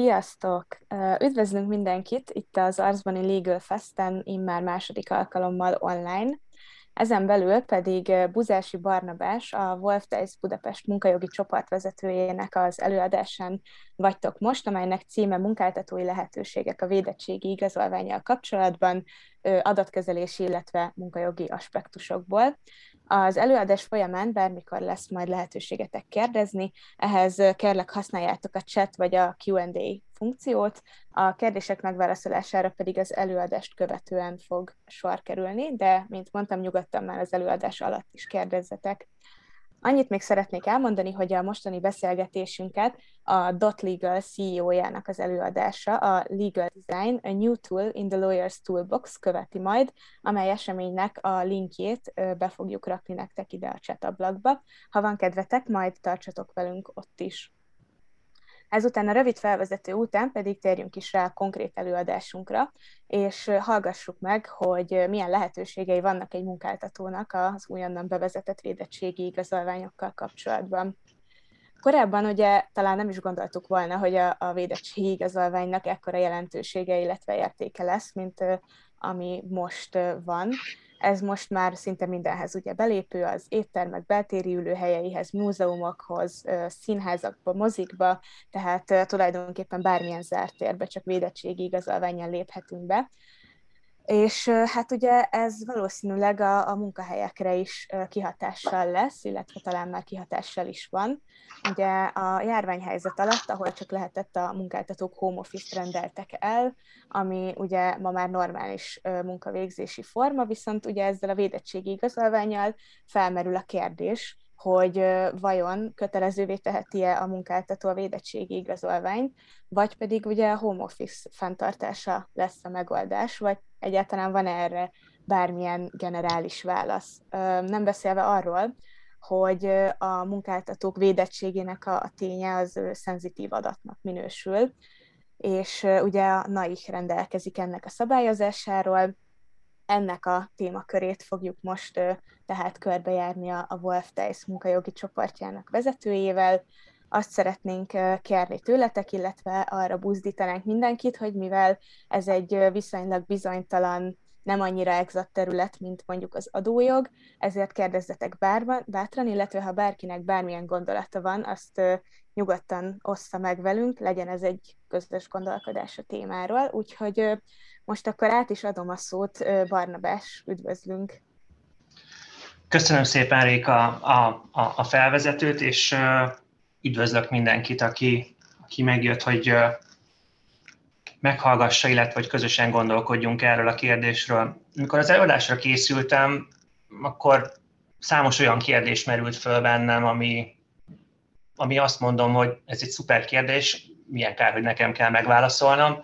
Sziasztok! Üdvözlünk mindenkit itt az Arzbani Legal Festen immár második alkalommal online. Ezen belül pedig Buzási Barnabás, a Wolf Days Budapest munkajogi csoportvezetőjének az előadásán vagytok most, amelynek címe Munkáltatói lehetőségek a védettségi igazolvánnyal kapcsolatban, adatkezelési, illetve munkajogi aspektusokból. Az előadás folyamán bármikor lesz majd lehetőségetek kérdezni, ehhez kérlek használjátok a chat vagy a Q&A funkciót, a kérdések megválaszolására pedig az előadást követően fog sor kerülni, de mint mondtam, nyugodtan már az előadás alatt is kérdezzetek. Annyit még szeretnék elmondani, hogy a mostani beszélgetésünket a .legal CEO-jának az előadása, a Legal Design, a New Tool in the Lawyer's Toolbox követi majd, amely eseménynek a linkjét be fogjuk rakni nektek ide a chat ablakba. Ha van kedvetek, majd tartsatok velünk ott is. Ezután a rövid felvezető után pedig térjünk is rá a konkrét előadásunkra, és hallgassuk meg, hogy milyen lehetőségei vannak egy munkáltatónak az újonnan bevezetett védettségi igazolványokkal kapcsolatban. Korábban ugye talán nem is gondoltuk volna, hogy a védettségi igazolványnak ekkora jelentősége, illetve értéke lesz, mint ami most van. Ez most már szinte mindenhez ugye belépő, az éttermek beltéri ülőhelyeihez, múzeumokhoz, színházakba, mozikba, tehát tulajdonképpen bármilyen zárt térbe csak védettségi igazolvánnyal léphetünk be. És hát ugye ez valószínűleg a munkahelyekre is kihatással lesz, illetve talán már kihatással is van. Ugye a járványhelyzet alatt, ahol csak lehetett, a munkáltatók home office-t rendeltek el, ami ugye ma már normális munkavégzési forma, viszont ugye ezzel a védettségi igazolvánnyal felmerül a kérdés, hogy vajon kötelezővé teheti-e a munkáltató a védettségi igazolványt, vagy pedig ugye a home office fenntartása lesz a megoldás, vagy egyáltalán van erre bármilyen generális válasz. Nem beszélve arról, hogy a munkáltatók védettségének a ténye az szenzitív adatnak minősül, és ugye a NAIH rendelkezik ennek a szabályozásáról. Ennek a témakörét fogjuk most tehát körbejárni a Wolf Days munkajogi csoportjának vezetőjével. Azt szeretnénk kérni tőletek, illetve arra buzdítanánk mindenkit, hogy mivel ez egy viszonylag bizonytalan, nem annyira exakt terület, mint mondjuk az adójog, ezért kérdezzetek bátran, illetve ha bárkinek bármilyen gondolata van, azt nyugodtan ossza meg velünk, legyen ez egy közös gondolkodás a témáról. Úgyhogy most akkor át is adom a szót, Barnabás, üdvözlünk! Köszönöm szépen, Réka, a felvezetőt, és üdvözlök mindenkit, aki megjött, hogy meghallgassa, illetve hogy közösen gondolkodjunk erről a kérdésről. Amikor az előadásra készültem, akkor számos olyan kérdés merült föl bennem, ami azt mondom, hogy ez egy szuper kérdés, milyen kár, hogy nekem kell megválaszolnom.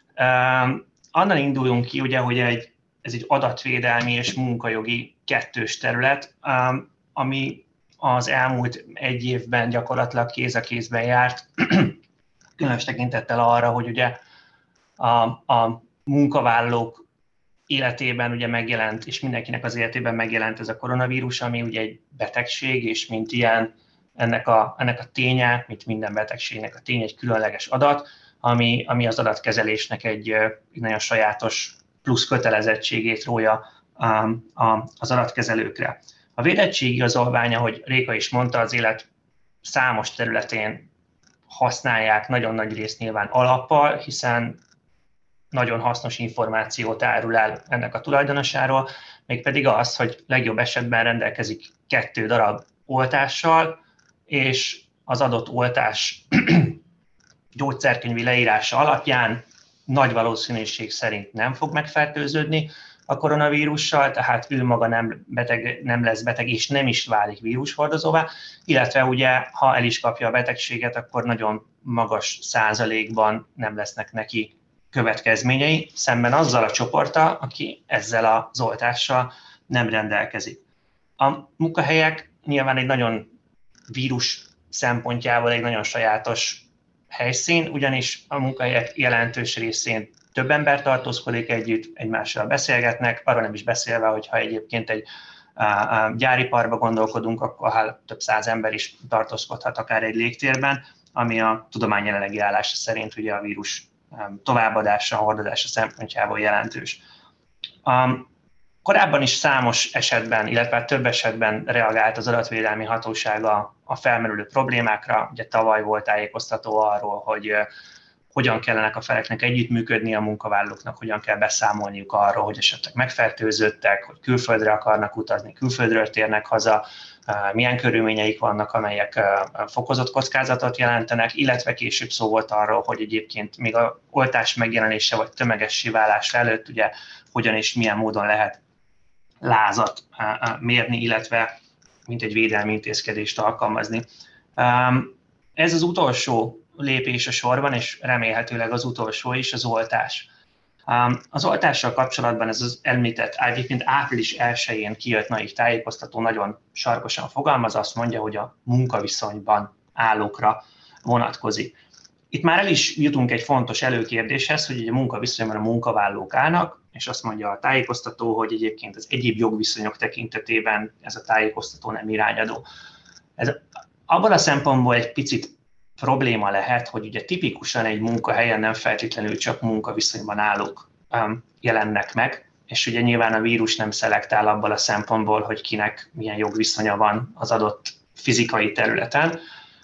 Annan induljunk ki, ugye, hogy ez egy adatvédelmi és munkajogi kettős terület, ami az elmúlt egy évben gyakorlatilag kéz a kézben járt, különös tekintettel arra, hogy ugye a munkavállalók életében ugye megjelent, és mindenkinek az életében megjelent ez a koronavírus, ami ugye egy betegség, és mint ilyen ennek a ténye, mint minden betegségnek a tény, egy különleges adat, ami az adatkezelésnek egy nagyon sajátos plusz kötelezettségét rója az adatkezelőkre. A védettségigazolvány, ahogy Réka is mondta, az élet számos területén használják, nagyon nagy részt nyilván alappal, hiszen nagyon hasznos információt árul el ennek a tulajdonosáról, mégpedig az, hogy legjobb esetben rendelkezik 2 darab oltással, és az adott oltás gyógyszerkönyvi leírása alapján nagy valószínűség szerint nem fog megfertőződni a koronavírussal, tehát ő maga nem lesz beteg, és nem is válik vírushordozóvá, illetve ugye, ha el is kapja a betegséget, akkor nagyon magas százalékban nem lesznek neki következményei, szemben azzal a csoporttal, aki ezzel az oltással nem rendelkezik. A munkahelyek nyilván egy nagyon vírus szempontjából egy nagyon sajátos helyszín, ugyanis a munkahelyek jelentős részén több ember tartózkodik együtt, egymással beszélgetnek, arra nem is beszélve, hogyha egyébként egy gyáriparba gondolkodunk, akkor több száz ember is tartózkodhat akár egy légtérben. ami a tudomány jelenlegi állása szerint ugye a vírus továbbadása, hordozása szempontjából jelentős. Korábban is számos esetben, illetve több esetben reagált az adatvédelmi hatóság a felmerülő problémákra. Ugye tavaly volt tájékoztató arról, hogy hogyan kellene a feleknek együttműködni, a munkavállalóknak hogyan kell beszámolniuk arról, hogy esetleg megfertőzöttek, hogy külföldre akarnak utazni, külföldről térnek haza, milyen körülményeik vannak, amelyek fokozott kockázatot jelentenek, illetve később szó volt arról, hogy egyébként még a oltás megjelenése vagy tömegessé válása előtt ugye hogyan és milyen módon lehet lázat mérni, illetve mint egy védelmi intézkedést alkalmazni. Ez az utolsó lépés a sorban, és remélhetőleg az utolsó is az oltás. Az oltással kapcsolatban ez az említett, egyébként április 1-én kijött naív tájékoztató nagyon sarkosan fogalmaz, azt mondja, hogy a munkaviszonyban állókra vonatkozik. Itt már el is jutunk egy fontos előkérdéshez, hogy a munkaviszonyban a munkavállalók állnak, és azt mondja a tájékoztató, hogy egyébként az egyéb jogviszonyok tekintetében ez a tájékoztató nem irányadó. Ez abban a szempontból egy picit probléma lehet, hogy ugye tipikusan egy munkahelyen nem feltétlenül csak munkaviszonyban állók jelennek meg, és ugye nyilván a vírus nem szelektál abban a szempontból, hogy kinek milyen jogviszonya van az adott fizikai területen.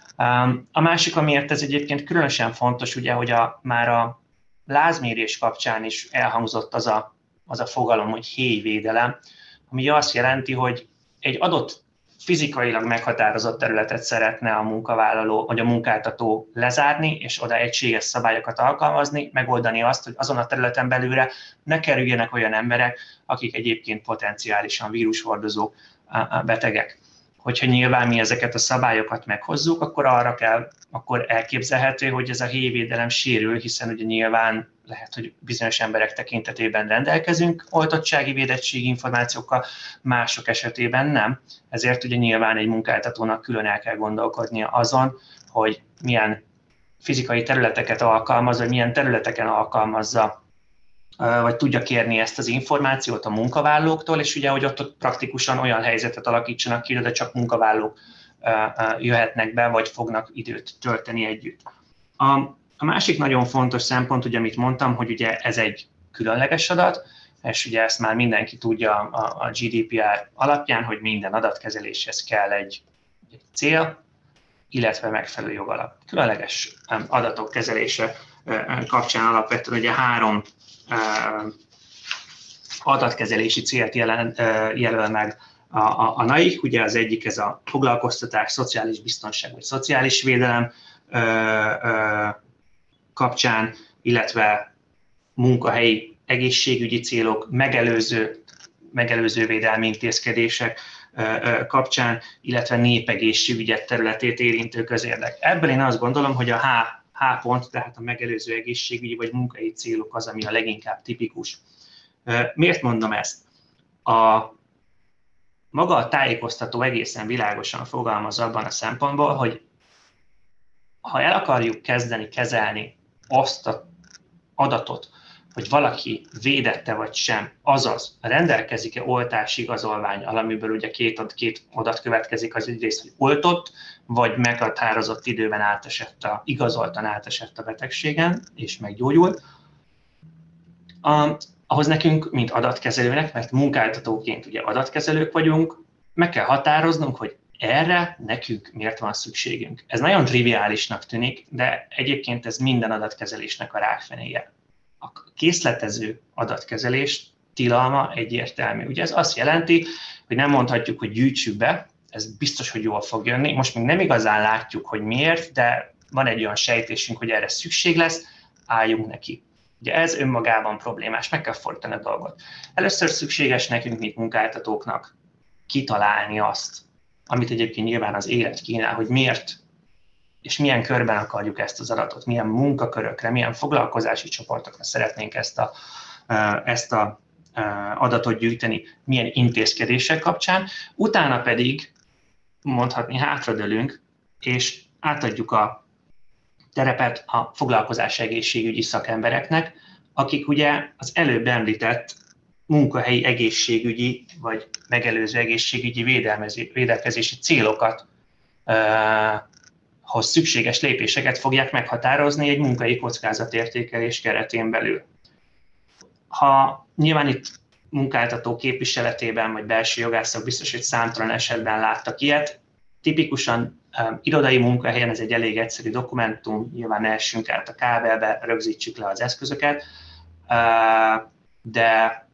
A másik, amiért ez egyébként különösen fontos, ugye, hogy már a lázmérés kapcsán is elhangzott az a fogalom, hogy héjvédelem, ami azt jelenti, hogy egy adott fizikailag meghatározott területet szeretne a munkavállaló vagy a munkáltató lezárni, és oda egységes szabályokat alkalmazni, megoldani azt, hogy azon a területen belülre ne kerüljenek olyan emberek, akik egyébként potenciálisan vírushordozó betegek. Hogyha nyilván mi ezeket a szabályokat meghozzuk, akkor elképzelhető, hogy ez a héjvédelem sérül, hiszen ugye nyilván lehet, hogy bizonyos emberek tekintetében rendelkezünk oltottsági védettségi információkkal, mások esetében nem. Ezért ugye nyilván egy munkáltatónak külön el kell gondolkodnia azon, hogy milyen fizikai területeket alkalmaz, vagy milyen területeken alkalmazza, vagy tudja kérni ezt az információt a munkavállalóktól, és ugye, hogy ott praktikusan olyan helyzetet alakítsanak ki, de csak munkavállalók jöhetnek be, vagy fognak időt tölteni együtt. A másik nagyon fontos szempont, ugye, amit mondtam, hogy ugye ez egy különleges adat, és ugye ezt már mindenki tudja a GDPR alapján, hogy minden adatkezeléshez kell egy cél, illetve megfelelő jogalap. Különleges adatok kezelése kapcsán alapvetően ugye 3 adatkezelési célt jelöl meg a NAIC, ugye az egyik ez a foglalkoztatás, szociális biztonság vagy szociális védelem kapcsán, illetve munkahelyi egészségügyi célok, megelőző védelmi intézkedések kapcsán, illetve népegészségügyet területét érintő közérdek. Ebből én azt gondolom, hogy a H pont, tehát a megelőző egészségügyi vagy munkahelyi célok az, ami a leginkább tipikus. Miért mondom ezt? Maga a tájékoztató egészen világosan fogalmaz abban a szempontból, hogy ha el akarjuk kezdeni kezelni azt az adatot, hogy valaki védette vagy sem, azaz rendelkezik-e oltási igazolvánnyal, amiből ugye két adat következik, az egyrészt, hogy oltott, vagy meghatározott időben igazoltan átesett a betegségen, és meggyógyult. Ahhoz nekünk, mint adatkezelőnek, mert munkáltatóként ugye adatkezelők vagyunk, meg kell határoznunk, hogy erre nekünk miért van szükségünk. Ez nagyon triviálisnak tűnik, de egyébként ez minden adatkezelésnek a rákfenéje. A készletező adatkezelés tilalma egyértelmű. Ugye ez azt jelenti, hogy nem mondhatjuk, hogy gyűjtsük be, ez biztos, hogy jól fog jönni. Most még nem igazán látjuk, hogy miért, de van egy olyan sejtésünk, hogy erre szükség lesz, álljunk neki. Ugye ez önmagában problémás, meg kell fordítani a dolgot. Először szükséges nekünk, mint munkáltatóknak kitalálni azt, amit egyébként nyilván az élet kínál, hogy miért és milyen körben akarjuk ezt az adatot, milyen munkakörökre, milyen foglalkozási csoportokra szeretnénk ezt a adatot gyűjteni, milyen intézkedések kapcsán. Utána pedig mondhatni hátradőlünk, és átadjuk a terepet a foglalkozás egészségügyi szakembereknek, akik ugye az előbb említett munkahelyi egészségügyi vagy megelőző egészségügyi védelkezési célokat szükséges lépéseket fogják meghatározni egy munkai kockázatértékelés keretén belül. Ha nyilván itt munkáltató képviseletében vagy belső jogászok biztos, hogy számtalan esetben láttak ilyet, tipikusan irodai munkahelyen ez egy elég egyszerű dokumentum, nyilván ne essünk át a kábelbe, rögzítsük le az eszközöket, de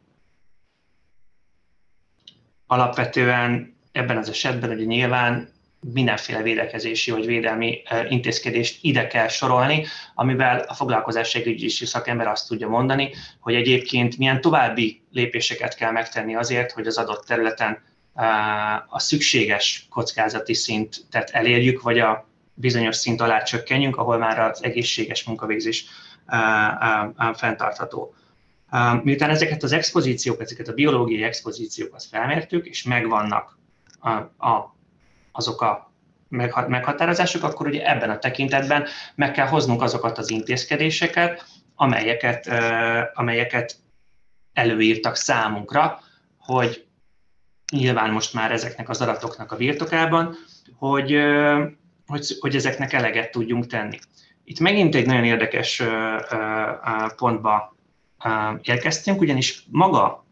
alapvetően ebben az esetben ugye nyilván mindenféle védekezési vagy védelmi intézkedést ide kell sorolni, amivel a foglalkozásegügyi szakember azt tudja mondani, hogy egyébként milyen további lépéseket kell megtenni azért, hogy az adott területen a szükséges kockázati szintet elérjük, vagy a bizonyos szint alá csökkenjünk, ahol már az egészséges munkavégzés fenntartható. Miután ezeket az expozíciók, ezeket a biológiai expozíciókat felmértük, és megvannak azok a meghatározások, akkor ugye ebben a tekintetben meg kell hoznunk azokat az intézkedéseket, amelyeket előírtak számunkra, hogy nyilván most már ezeknek az adatoknak a birtokában, hogy ezeknek eleget tudjunk tenni. Itt megint egy nagyon érdekes pontba érkeztünk, ugyanis maga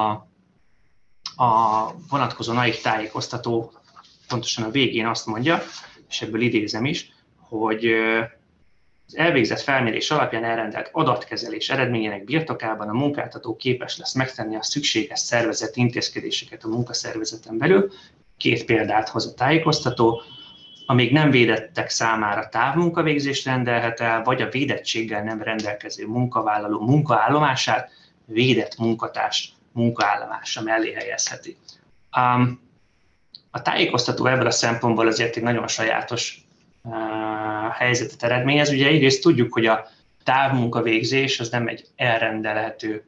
a vonatkozó NAIC tájékoztató pontosan a végén azt mondja, és ebből idézem is, hogy az elvégzett felmérés alapján elrendelt adatkezelés eredményének birtokában a munkáltató képes lesz megtenni a szükséges szervezeti intézkedéseket a munkaszervezeten belül. 2 példát hoz a tájékoztató, a még nem védettek számára távmunkavégzést rendelhet el, vagy a védettséggel nem rendelkező munkavállaló munkaállomását védett munkatárs munkaállomása mellé helyezheti. A tájékoztató ebből a szempontból azért egy nagyon sajátos helyzetet eredményez. Ugye egyrészt tudjuk, hogy a távmunkavégzés az nem egy elrendelhető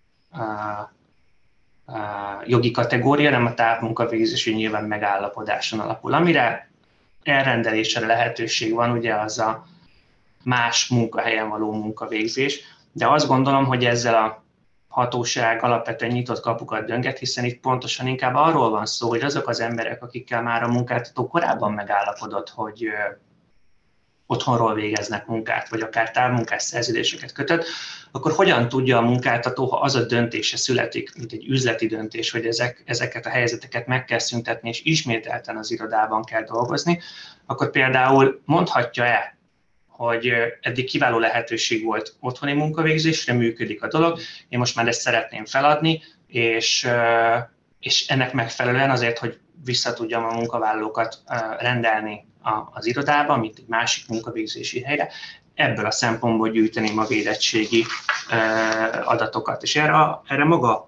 jogi kategória, hanem a távmunkavégzés nyilván megállapodáson alapul. Amire elrendelésre lehetőség van, ugye az a más munkahelyen való munkavégzés, de azt gondolom, hogy ezzel a hatóság alapvetően nyitott kapukat dönget, hiszen itt pontosan inkább arról van szó, hogy azok az emberek, akikkel már a munkáltató korábban megállapodott, hogy otthonról végeznek munkát, vagy akár távmunkás szerződéseket kötött, akkor hogyan tudja a munkáltató, ha az a döntése születik, mint egy üzleti döntés, hogy ezeket a helyzeteket meg kell szüntetni, és ismételten az irodában kell dolgozni, akkor például mondhatja-e, hogy eddig kiváló lehetőség volt otthoni munkavégzésre, működik a dolog, én most már ezt szeretném feladni, és ennek megfelelően azért, hogy vissza tudjam a munkavállalókat rendelni az irodába, mint egy másik munkavégzési helyre, ebből a szempontból gyűjteném a védettségi adatokat. És erre maga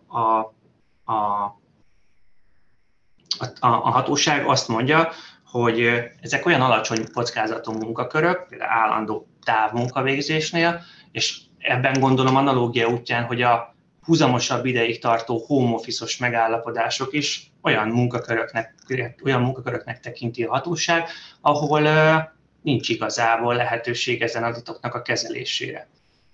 a hatóság azt mondja, hogy ezek olyan alacsony kockázatú munkakörök, például állandó távmunkavégzésnél, és ebben gondolom analógia útján, hogy a húzamosabb ideig tartó home office-os megállapodások is olyan munkaköröknek tekinti a hatóság, ahol nincs igazából lehetőség ezen adatoknak a kezelésére.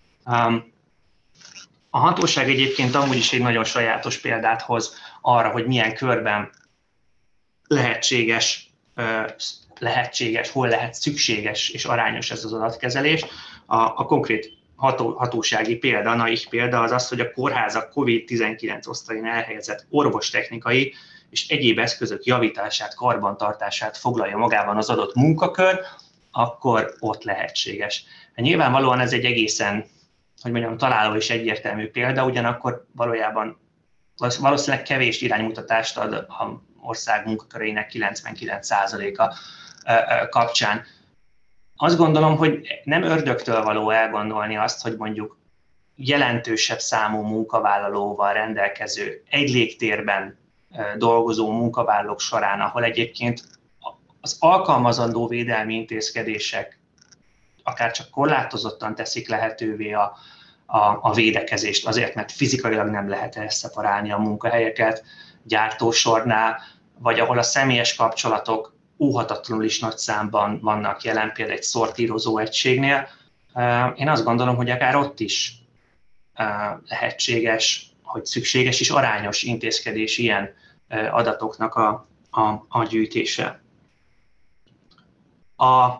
A hatóság egyébként amúgy is egy nagyon sajátos példát hoz arra, hogy milyen körben lehetséges, hol lehet szükséges és arányos ez az adatkezelés. A konkrét hatósági példa, a NAIC példa az az, hogy a kórházak COVID-19 osztályán elhelyezett orvostechnikai és egyéb eszközök javítását, karbantartását foglalja magában az adott munkakör, akkor ott lehetséges. Nyilvánvalóan ez egy egészen, hogy mondjam, találó és egyértelmű példa, ugyanakkor valójában valószínűleg kevés iránymutatást ad a ország munkaköreinek 99%-a kapcsán. Azt gondolom, hogy nem ördögtől való elgondolni azt, hogy mondjuk jelentősebb számú munkavállalóval rendelkező, egy légtérben dolgozó munkavállalók során, ahol egyébként az alkalmazandó védelmi intézkedések akár csak korlátozottan teszik lehetővé a védekezést, azért, mert fizikailag nem lehet elszeparálni a munkahelyeket gyártósornál, vagy ahol a személyes kapcsolatok óhatatlanul is nagy számban vannak jelen, például egy szortírozó egységnél. Én azt gondolom, hogy akár ott is lehetséges, hogy szükséges és arányos intézkedés ilyen adatoknak a gyűjtése.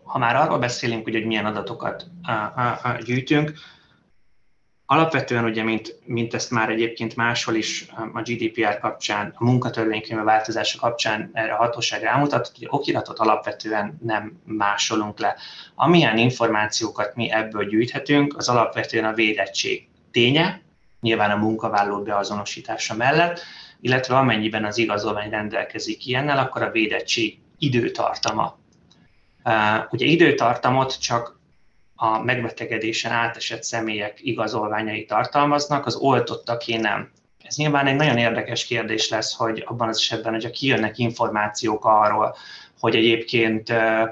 ha már arról beszélünk, hogy milyen adatokat gyűjtünk, alapvetően ugye, mint ezt már egyébként máshol is a GDPR kapcsán, a munkatörvénykönyve változása kapcsán erre a hatóság rámutatott, hogy okiratot alapvetően nem másolunk le. Amilyen információkat mi ebből gyűjthetünk, az alapvetően a védettség ténye, nyilván a munkavállaló beazonosítása mellett, illetve amennyiben az igazolvány rendelkezik ilyennel, akkor a védettség időtartama. Ugye időtartamot csak a megbetegedésen átesett személyek igazolványai tartalmaznak, az oltottaké nem. Ez nyilván egy nagyon érdekes kérdés lesz, hogy abban az esetben, hogyha kijönnek információk arról, hogy egyébként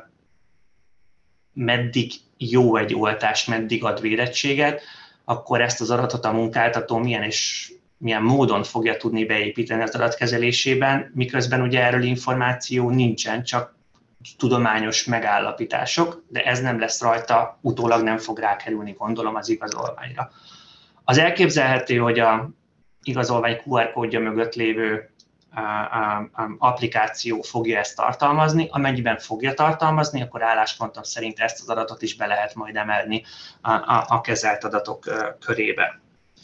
meddig jó egy oltás, meddig ad védettséget, akkor ezt az adatot a munkáltató milyen módon fogja tudni beépíteni az adatkezelésében, miközben ugye erről információ nincsen, csak tudományos megállapítások, de ez nem lesz rajta, utólag nem fog rákerülni, gondolom, az igazolványra. Az elképzelhető, hogy a igazolvány QR kódja mögött lévő applikáció fogja ezt tartalmazni, amennyiben fogja tartalmazni, akkor álláspontom szerint ezt az adatot is be lehet majd emelni a kezelt adatok körébe.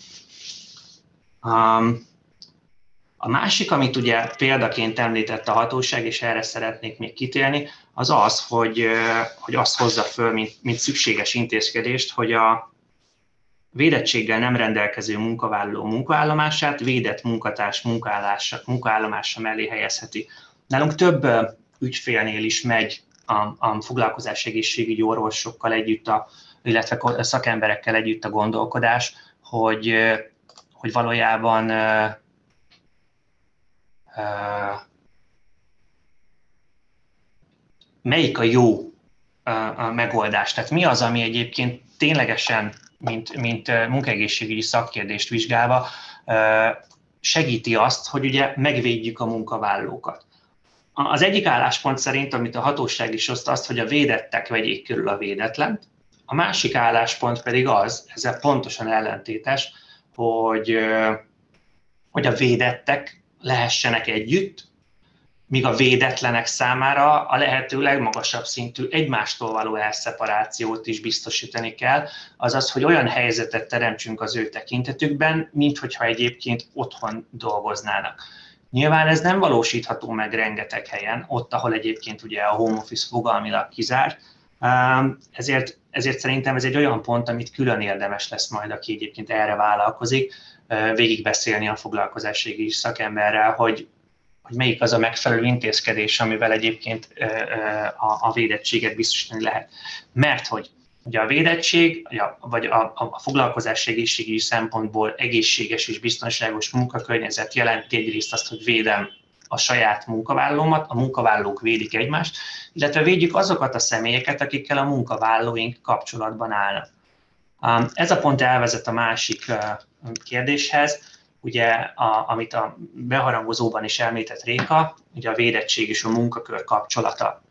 A másik, amit ugye példaként említett a hatóság, és erre szeretnék még kitérni, az az, hogy azt hozza föl, mint szükséges intézkedést, hogy a védettséggel nem rendelkező munkavállaló munkaállomását védett munkatárs munkaállomása mellé helyezheti. Nálunk több ügyfélnél is megy a foglalkozás egészségügyi orvosokkal együtt, illetve szakemberekkel együtt a gondolkodás, hogy valójában melyik a jó megoldás. Tehát mi az, ami egyébként ténylegesen, mint munkaegészségügyi szakkérdést vizsgálva, segíti azt, hogy ugye megvédjük a munkavállalókat. Az egyik álláspont szerint, amit a hatóság is oszt, azt, hogy a védettek vegyék körül a védetlent. A másik álláspont pedig az, ezzel pontosan ellentétes, hogy a védettek lehessenek együtt, míg a védetlenek számára a lehető legmagasabb szintű egymástól való elszeparációt is biztosítani kell, azaz, hogy olyan helyzetet teremtsünk az ő tekintetükben, minthogyha egyébként otthon dolgoznának. Nyilván ez nem valósítható meg rengeteg helyen, ott, ahol egyébként ugye a home office fogalmilag kizárt, ezért szerintem ez egy olyan pont, amit külön érdemes lesz majd, aki egyébként erre vállalkozik, végigbeszélni a foglalkozásügyi szakemberrel, hogy melyik az a megfelelő intézkedés, amivel egyébként a védettséget biztosítani lehet. Mert hogy ugye a védettség, vagy a foglalkozás egészségügyi szempontból egészséges és biztonságos munkakörnyezet jelenti egyrészt azt, hogy védem a saját munkavállalómat, a munkavállalók védik egymást, illetve védjük azokat a személyeket, akikkel a munkavállalóink kapcsolatban állnak. Ez a pont elvezet a másik kérdéshez, ugye, amit a beharangozóban is említett Réka, ugye a védettség és a munkakör kapcsolata.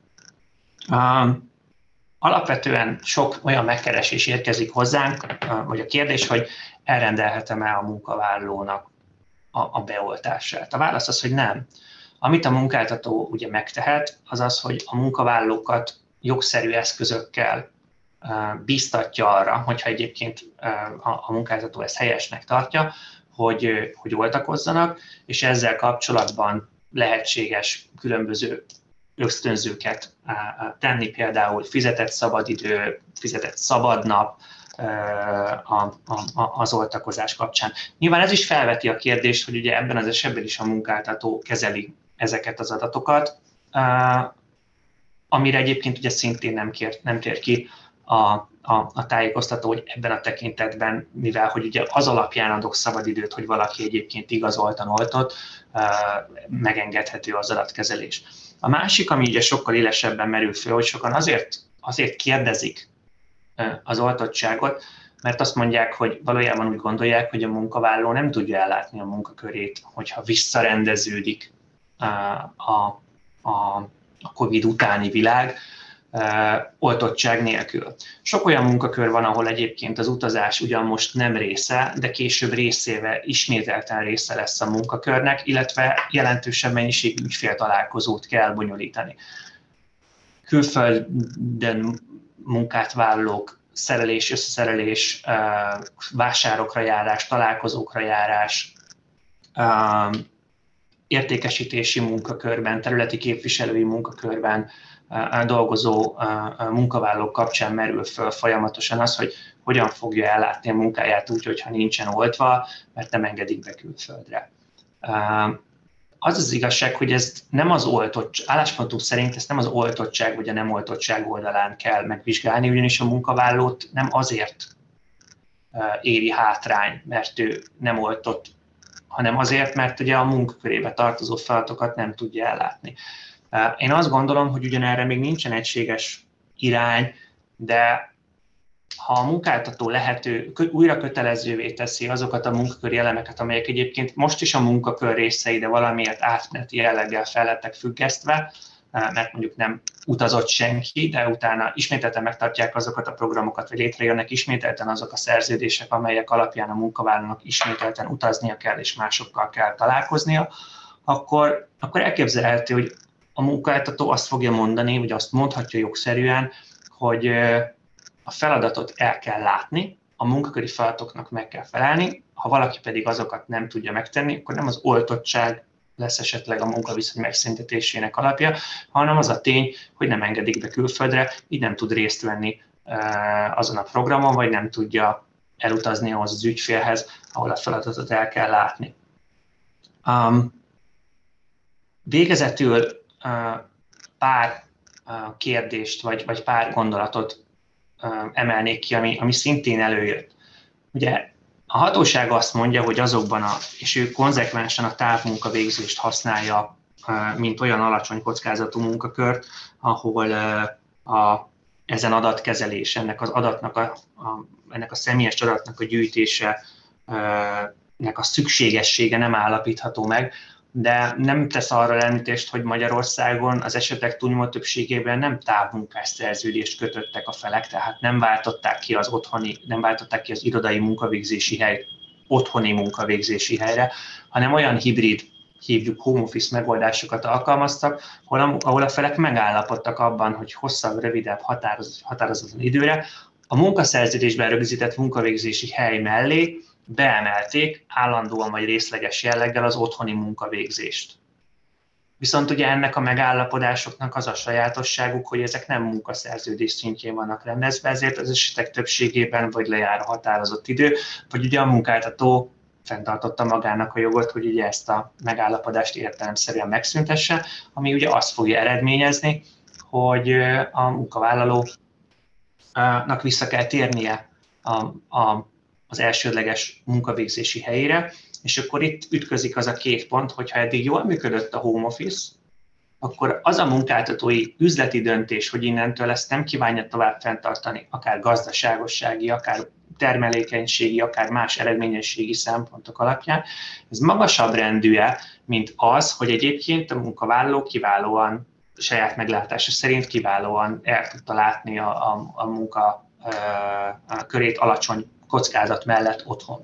Alapvetően sok olyan megkeresés érkezik hozzánk, vagy a kérdés, hogy elrendelhetem-e a munkavállalónak a beoltását. A válasz az, hogy nem. Amit a munkáltató ugye megtehet, az az, hogy a munkavállalókat jogszerű eszközökkel bíztatja arra, hogyha egyébként a munkáltató ezt helyesnek tartja, hogy oltakozzanak, és ezzel kapcsolatban lehetséges különböző ösztönzőket tenni, például fizetett szabadidő, fizetett szabadnap az oltakozás kapcsán. Nyilván ez is felveti a kérdést, hogy ugye ebben az esetben is a munkáltató kezeli ezeket az adatokat, amire egyébként ugye szintén nem tér ki a tájékoztató, hogy ebben a tekintetben, mivel hogy ugye az alapján adok szabadidőt, hogy valaki egyébként igazoltan oltott, megengedhető az adatkezelés. A másik, ami ugye sokkal élesebben merül föl, hogy sokan azért kérdezik az oltottságot, mert azt mondják, hogy valójában úgy gondolják, hogy a munkavállaló nem tudja ellátni a munkakörét, hogyha visszarendeződik a COVID utáni világ, oltottság nélkül. Sok olyan munkakör van, ahol egyébként az utazás ugyan most nem része, de később részével ismételten része lesz a munkakörnek, illetve jelentősebb mennyiségű ügyféltalálkozót kell bonyolítani. külföldön munkát vállalók, szerelés, összeszerelés, vásárokra járás, találkozókra járás, értékesítési munkakörben, területi képviselői munkakörben dolgozó munkavállalók kapcsán merül föl folyamatosan az, hogy hogyan fogja ellátni a munkáját úgy, hogyha nincsen oltva, mert nem engedik be külföldre. Az az igazság, hogy ez nem az álláspontunk szerint ezt nem az oltottság vagy a nem oltottság oldalán kell megvizsgálni, ugyanis a munkavállalót nem azért éri hátrány, mert ő nem oltott, hanem azért, mert ugye a munkakörébe tartozó feladatokat nem tudja ellátni. Én azt gondolom, hogy ugyanerre még nincsen egységes irány, de ha a munkáltató újra kötelezővé teszi azokat a munkaköri elemeket, amelyek egyébként most is a munkakör részei, de valamiért átmeneti jelleggel fel lettek függesztve, mert mondjuk nem utazott senki, de utána ismételten megtartják azokat a programokat, vagy létrejönnek ismételten azok a szerződések, amelyek alapján a munkavállalónak ismételten utaznia kell, és másokkal kell találkoznia, akkor elképzelhető, hogy a munkáltató azt fogja mondani, vagy azt mondhatja jogszerűen, hogy a feladatot el kell látni, a munkaköri feladatoknak meg kell felelni, ha valaki pedig azokat nem tudja megtenni, akkor nem az oltottság lesz esetleg a munkaviszony megszüntetésének alapja, hanem az a tény, hogy nem engedik be külföldre, így nem tud részt venni azon a programon, vagy nem tudja elutazni ahhoz az ügyfélhez, ahol a feladatot el kell látni. Végezetül pár kérdést, vagy pár gondolatot emelnék ki, ami szintén előjött. Ugye a hatóság azt mondja, hogy azokban és ő konzekvensen a távmunkavégzést használja, mint olyan alacsony kockázatú munkakört, ahol ezen adatkezelés, ennek az adatnak ennek a személyes adatnak a gyűjtése, ennek a szükségessége nem állapítható meg, de nem tesz arra említést, hogy Magyarországon az esetek túlnyomó többségében nem távmunkás szerződést kötöttek a felek, tehát nem váltották ki az irodai munkavégzési helyt otthoni munkavégzési helyre, hanem olyan hibrid, hívjuk home office megoldásokat alkalmaztak, ahol a felek megállapodtak abban, hogy hosszabb, rövidebb, határozatlan időre a munkaszerződésben rögzített munkavégzési hely mellé beemelték állandóan vagy részleges jelleggel az otthoni munkavégzést. Viszont ugye ennek a megállapodásoknak az a sajátosságuk, hogy ezek nem munkaszerződés szintjén vannak rendezve, ezért az esetek többségében vagy lejár a határozott idő, vagy ugye a munkáltató fenntartotta magának a jogot, hogy ugye ezt a megállapodást értelemszerűen megszüntesse, ami ugye azt fogja eredményezni, hogy a munkavállalónak vissza kell térnie az elsődleges munkavégzési helyére, és akkor itt ütközik az a két pont, hogyha eddig jól működött a home office, akkor az a munkáltatói üzleti döntés, hogy innentől ezt nem kívánja tovább fenntartani, akár gazdaságossági, akár termelékenységi, akár más eredményességi szempontok alapján, ez magasabb rendű-e, mint az, hogy egyébként a munkavállaló kiválóan, saját meglátása szerint kiválóan el tudta látni a munka körét alacsony kockázat mellett otthon.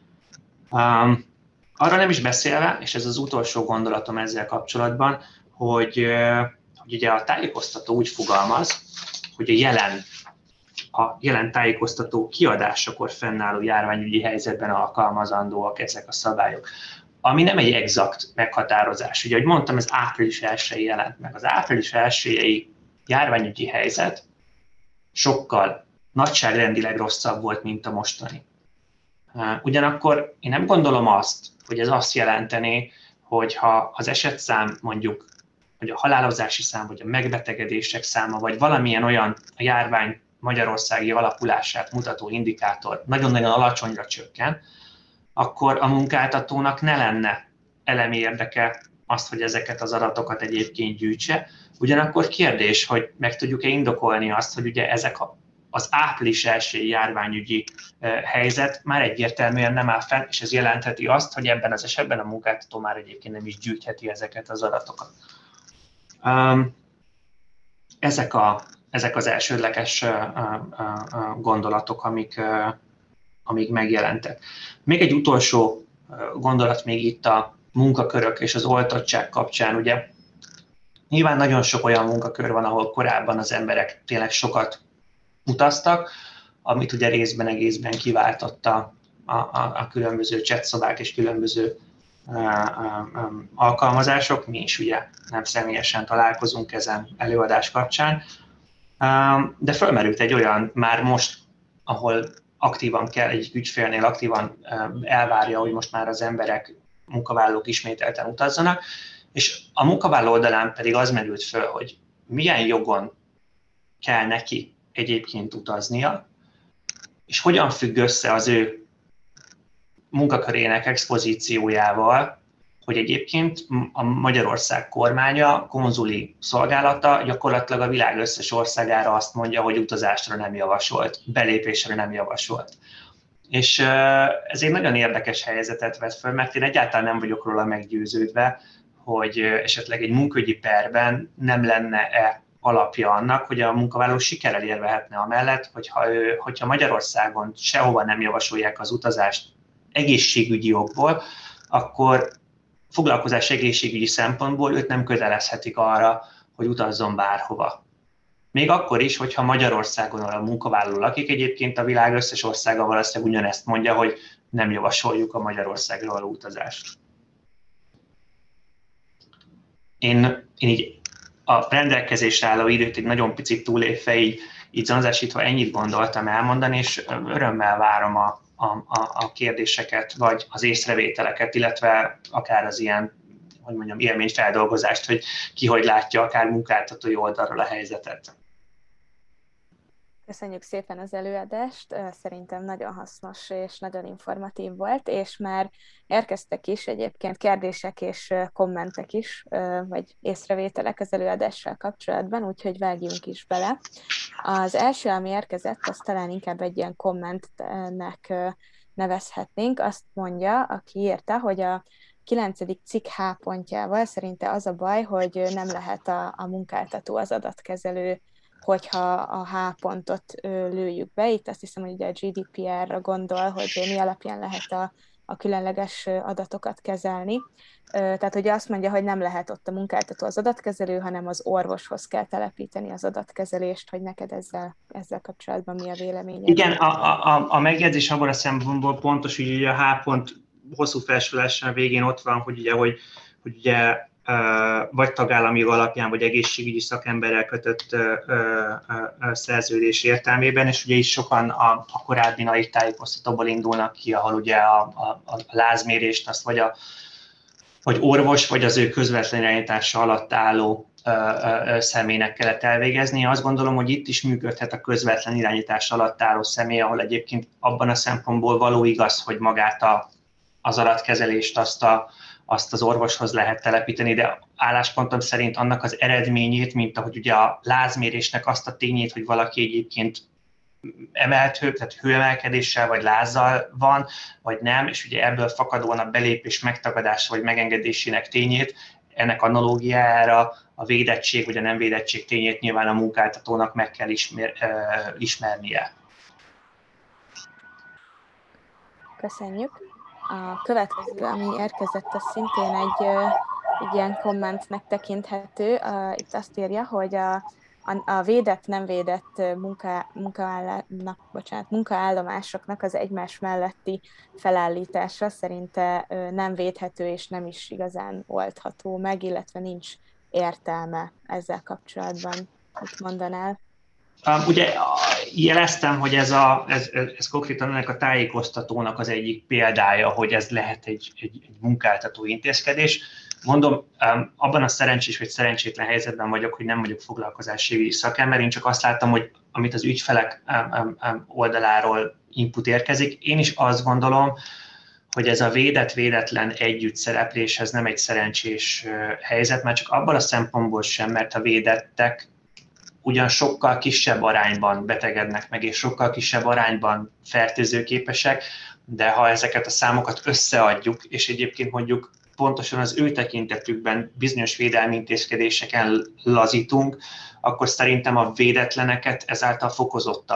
Arra nem is beszélve, és ez az utolsó gondolatom ezzel kapcsolatban, hogy ugye a tájékoztató úgy fogalmaz, hogy a jelen tájékoztató kiadásakor fennálló járványügyi helyzetben alkalmazandóak ezek a szabályok. Ami nem egy exakt meghatározás. Ugye, ahogy mondtam, ez április 1-én jelent meg. Az április 1-i járványügyi helyzet sokkal nagyságrendileg rosszabb volt, mint a mostani. Ugyanakkor én nem gondolom azt, hogy ez azt jelentené, hogy ha az esetszám mondjuk, hogy a halálozási szám, vagy a megbetegedések száma, vagy valamilyen olyan a járvány magyarországi alakulását mutató indikátor nagyon-nagyon alacsonyra csökken, akkor a munkáltatónak ne lenne elemi érdeke azt, hogy ezeket az adatokat egyébként gyűjtse. Ugyanakkor kérdés, hogy meg tudjuk-e indokolni azt, hogy ugye ezek az április 1-i járványügyi helyzet már egyértelműen nem áll fenn, és ez jelentheti azt, hogy ebben az esetben a munkáltató már egyébként nem is gyűjtheti ezeket az adatokat. Ezek az elsődleges gondolatok, amik megjelentek. Még egy utolsó gondolat még itt a munkakörök és az oltottság kapcsán. Ugye Nyilván nagyon sok olyan munkakör van, ahol korábban az emberek tényleg sokat utaztak, amit ugye részben egészben kiváltotta a különböző chatszobák és különböző alkalmazások. Mi is ugye nem személyesen találkozunk ezen előadás kapcsán, de fölmerült egy olyan már most, ahol aktívan kell, egy ügyfélnél aktívan elvárja, hogy most már az emberek, munkavállalók ismételten utazzanak, és a munkavállaló oldalán pedig az merült föl, hogy milyen jogon kell neki egyébként utaznia, és hogyan függ össze az ő munkakörének expozíciójával, hogy egyébként a Magyarország kormánya, konzuli szolgálata gyakorlatilag a világ összes országára azt mondja, hogy utazásra nem javasolt, belépésre nem javasolt. És ez egy nagyon érdekes helyzetet vet föl, mert én egyáltalán nem vagyok róla meggyőződve, hogy esetleg egy munkaügyi perben nem lenne-e alapja annak, hogy a munkavállaló sikerrel érvehetne amellett, hogyha Magyarországon sehova nem javasolják az utazást egészségügyi okból, akkor foglalkozás egészségügyi szempontból őt nem kötelezhetik arra, hogy utazzon bárhova. Még akkor is, hogyha Magyarországon a munkavállaló lakik, egyébként a világ összes országa valószínűleg ugyanezt mondja, hogy nem javasoljuk a Magyarországra való utazást. Én így a rendelkezésre álló időt egy nagyon picit túlépve, így zanzásítva ennyit gondoltam elmondani, és örömmel várom a kérdéseket, vagy az észrevételeket, illetve akár az ilyen, hogy mondjam, élményfeldolgozást, hogy ki hogy látja akár munkáltatói oldalról a helyzetet. Köszönjük szépen az előadást, szerintem nagyon hasznos és nagyon informatív volt, és már érkeztek is egyébként kérdések és kommentek is, vagy észrevételek az előadással kapcsolatban, úgyhogy vágjunk is bele. Az első, ami érkezett, az talán inkább egy ilyen kommentnek nevezhetnénk, azt mondja, aki írta, hogy a 9. cikk H pontjával szerinte az a baj, hogy nem lehet a munkáltató az adatkezelő, hogyha a H pontot lőjük be. Itt azt hiszem, hogy ugye a GDPR-ra gondol, hogy mi alapján lehet a különleges adatokat kezelni. Tehát ugye azt mondja, hogy nem lehet ott a munkáltató az adatkezelő, hanem az orvoshoz kell telepíteni az adatkezelést, hogy neked ezzel kapcsolatban mi a véleményed? Igen, a megjegyzés abban a szempontból pontos, hogy ugye a H pont hosszú felsorolással végén ott van, hogy ugye vagy tagállami alapján, vagy egészségügyi szakemberrel kötött szerződés értelmében, és ugye is sokan a korábbi NAIK tájékoztatóból indulnak ki, ahol ugye a lázmérést azt vagy orvos, vagy az ő közvetlen irányítása alatt álló személynek kellett elvégezni. Azt gondolom, hogy itt is működhet a közvetlen irányítás alatt álló személy, ahol egyébként abban a szempontból való igaz, hogy magát az adatkezelést azt az orvoshoz lehet telepíteni, de álláspontom szerint annak az eredményét, mint ahogy ugye a lázmérésnek azt a tényét, hogy valaki egyébként emelthő, tehát hőemelkedéssel vagy lázzal van, vagy nem, és ugye ebből fakadóan a belépés megtagadása vagy megengedésének tényét, ennek analógiájára a védettség vagy a nem védettség tényét nyilván a munkáltatónak meg kell ismernie. Köszönjük. A következő, ami érkezett, az szintén egy ilyen kommentnek tekinthető. Itt azt írja, hogy a védett, nem védett munkaállomásoknak az egymás melletti felállítása szerinte nem védhető és nem is igazán oldható meg, illetve nincs értelme ezzel kapcsolatban. Mit mondanál? Ugye jeleztem, hogy ez konkrétan ennek a tájékoztatónak az egyik példája, hogy ez lehet egy munkáltató intézkedés. Mondom, abban a szerencsés vagy szerencsétlen helyzetben vagyok, hogy nem vagyok foglalkozási szakember, én csak azt láttam, hogy amit az ügyfelek oldaláról input érkezik, én is azt gondolom, hogy ez a védett-védetlen együtt szereplés, ez nem egy szerencsés helyzet, már csak abban a szempontból sem, mert a védettek ugyan sokkal kisebb arányban betegednek meg, és sokkal kisebb arányban fertőzőképesek, de ha ezeket a számokat összeadjuk, és egyébként mondjuk pontosan az ő tekintetükben bizonyos védelmi intézkedéseken lazítunk, akkor szerintem a védetleneket ezáltal fokozottabb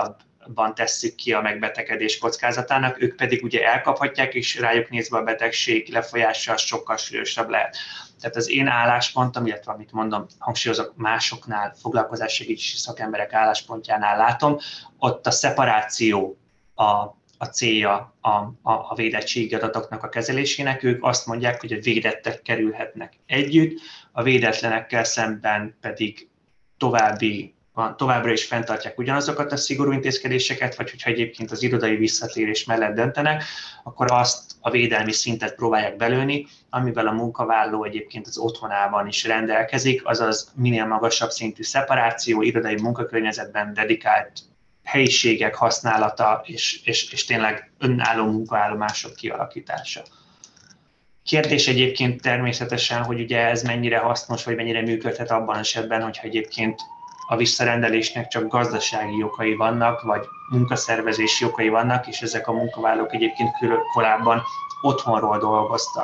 van tesszük ki a megbetegedés kockázatának, ők pedig ugye elkaphatják, és rájuk nézve a betegség lefolyása az sokkal súlyosabb lehet. Tehát az én álláspontom, illetve amit mondom, hangsúlyozok másoknál, foglalkozássegítési szakemberek álláspontjánál látom, ott a szeparáció a célja a védettségi adatoknak a kezelésének. Ők azt mondják, hogy a védettek kerülhetnek együtt, a védetlenekkel szemben pedig továbbra is fenntartják ugyanazokat a szigorú intézkedéseket, vagy hogyha egyébként az irodai visszatérés mellett döntenek, akkor azt a védelmi szintet próbálják belőni, amivel a munkavállaló egyébként az otthonában is rendelkezik, azaz minél magasabb szintű szeparáció, irodai munkakörnyezetben dedikált helyiségek használata és tényleg önálló munkaállomások kialakítása. Kérdés egyébként természetesen, hogy ugye ez mennyire hasznos, vagy mennyire működhet abban esetben, hogyha egyébként a visszarendelésnek csak gazdasági okai vannak, vagy munkaszervezési okai vannak, és ezek a munkavállalók egyébként korábban otthonról dolgoztak.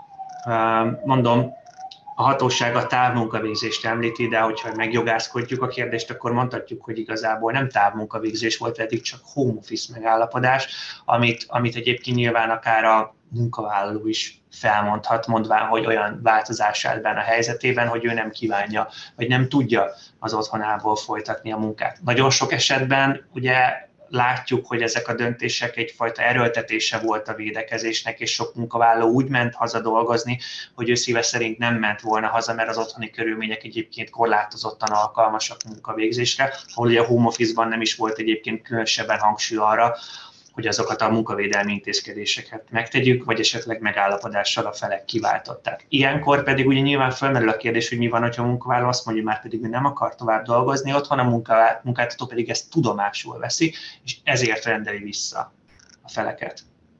Mondom, a hatóság a távmunkavégzést említi, de hogyha megjogászkodjuk a kérdést, akkor mondhatjuk, hogy igazából nem távmunkavégzés volt eddig, csak home office megállapodás, amit egyébként nyilván akár a munkavállaló is felmondhat, mondván, hogy olyan változás állt benne a helyzetében, hogy ő nem kívánja, vagy nem tudja az otthonából folytatni a munkát. Nagyon sok esetben ugye látjuk, hogy ezek a döntések egyfajta erőltetése volt a védekezésnek, és sok munkavállaló úgy ment haza dolgozni, hogy ő szíve szerint nem ment volna haza, mert az otthoni körülmények egyébként korlátozottan alkalmasak munkavégzésre, ahol ugye a home office-ban nem is volt egyébként különösebben hangsúly arra, hogy azokat a munkavédelmi intézkedéseket megtegyük, vagy esetleg megállapodással a felek kiváltották. Ilyenkor pedig ugye nyilván felmerül a kérdés, hogy mi van, hogyha a munkavállaló azt mondja, már pedig ő nem akar tovább dolgozni, otthon a munkáltató pedig ezt tudomásul veszi, és ezért rendeli vissza a feleket.